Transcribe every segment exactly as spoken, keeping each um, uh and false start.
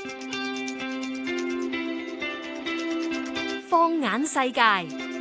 放眼世界，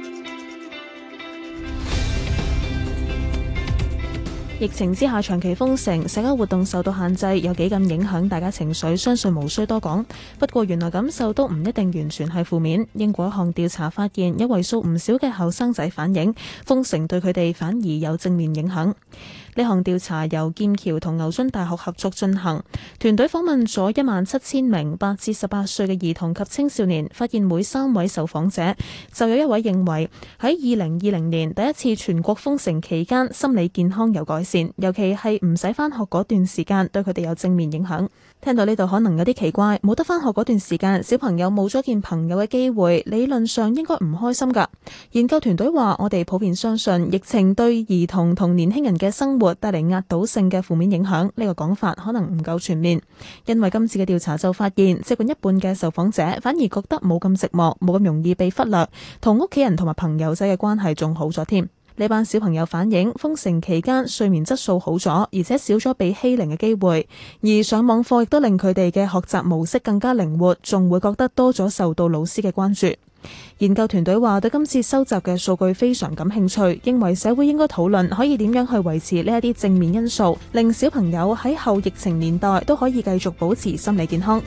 疫情之下長期封城，社交活動受到限制，有幾咁影響大家情緒，相信無需多講。不過原來感受都唔一定完全係負面。英國一項調查發現，有為數唔少嘅後生仔反映，封城對佢哋反而有正面影響。呢項調查由劍橋同牛津大學合作進行，團隊訪問咗一萬七千名八至十八歲嘅兒童及青少年，發現每三位受訪者就有一位認為喺二零二零年第一次全國封城期間心理健康有改善，尤其係唔使返學嗰段時間對佢哋有正面影響。聽到呢度可能有啲奇怪，冇得返學嗰段時間，小朋友冇咗見朋友嘅機會，理論上應該唔開心㗎。研究團隊話，我哋普遍相信疫情對兒童同年輕人嘅生活帶嚟壓倒性嘅負面影響，呢個講法可能唔夠全面，因為今次嘅調查就發現，接近一半嘅受訪者反而覺得冇咁寂寞，冇咁容易被忽略，同屋企人同埋朋友仔嘅關係仲好咗添。呢班小朋友反映，封城期間睡眠質素好咗，而且少咗被欺凌嘅機會，而上網課亦都令佢哋嘅學習模式更加靈活，仲會覺得多咗受到老師嘅關注。研究團隊話，對今次收集嘅數據非常感興趣，認為社會應該討論可以點樣去維持呢一啲正面因素，令小朋友喺後疫情年代都可以繼續保持心理健康。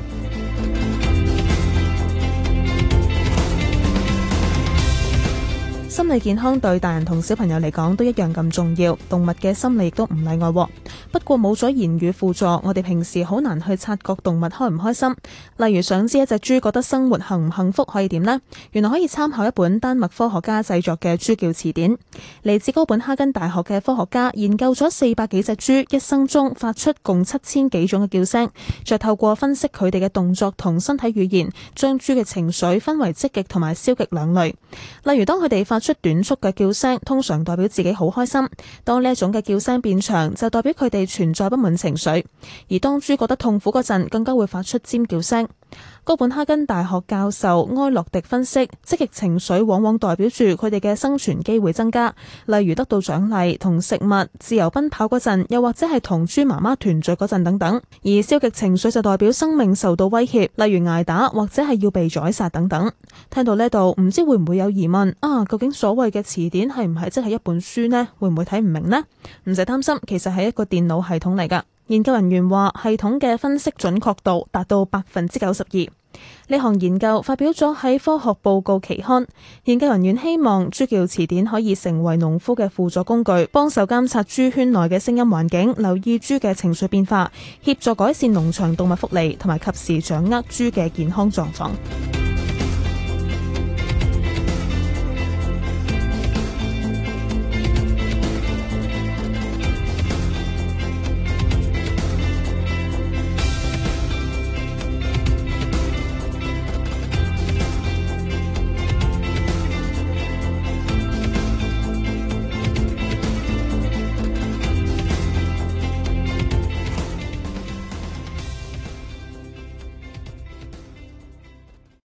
心理健康對大人同小朋友嚟講都一樣咁重要，動物嘅心理亦都唔例外。不過冇咗言語輔助，我哋平時好難去察覺動物開唔開心。例如想知一隻豬覺得生活幸唔幸福可以點呢？原來可以參考一本丹麥科學家製作嘅豬叫詞典。嚟自哥本哈根大學嘅科學家研究咗四百幾隻豬一生中發出共七千幾種嘅叫聲，再透過分析佢哋嘅動作同身體語言，將豬嘅情緒分為積極同埋消極兩類。例如當佢哋發出短促嘅叫聲，通常代表自己好開心；當呢一種嘅叫聲變長，就代表佢哋存在不滿情緒。而當豬覺得痛苦嗰陣，更加會發出尖叫聲。哥本哈根大學教授埃洛迪分析，積極情緒往往代表住佢哋嘅生存機會增加，例如得到獎勵、同食物、自由奔跑嗰陣，又或者係同豬媽媽團聚嗰陣等等。而消極情緒就代表生命受到威脅，例如挨打或者係要被宰殺等等。聽到呢度，唔知會唔會有疑問啊？究竟所謂嘅詞典係唔係即係一本書呢？會唔會睇唔明呢？唔使擔心，其實係一個電腦系統嚟㗎。研究人員話，系統嘅分析準確度達到百分之九十二。呢項研究發表咗喺科學報告期刊。研究人員希望豬叫詞典可以成為農夫嘅輔助工具，幫手監察豬圈內嘅聲音環境，留意豬嘅情緒變化，協助改善農場動物福利，同埋及時掌握豬嘅健康狀況。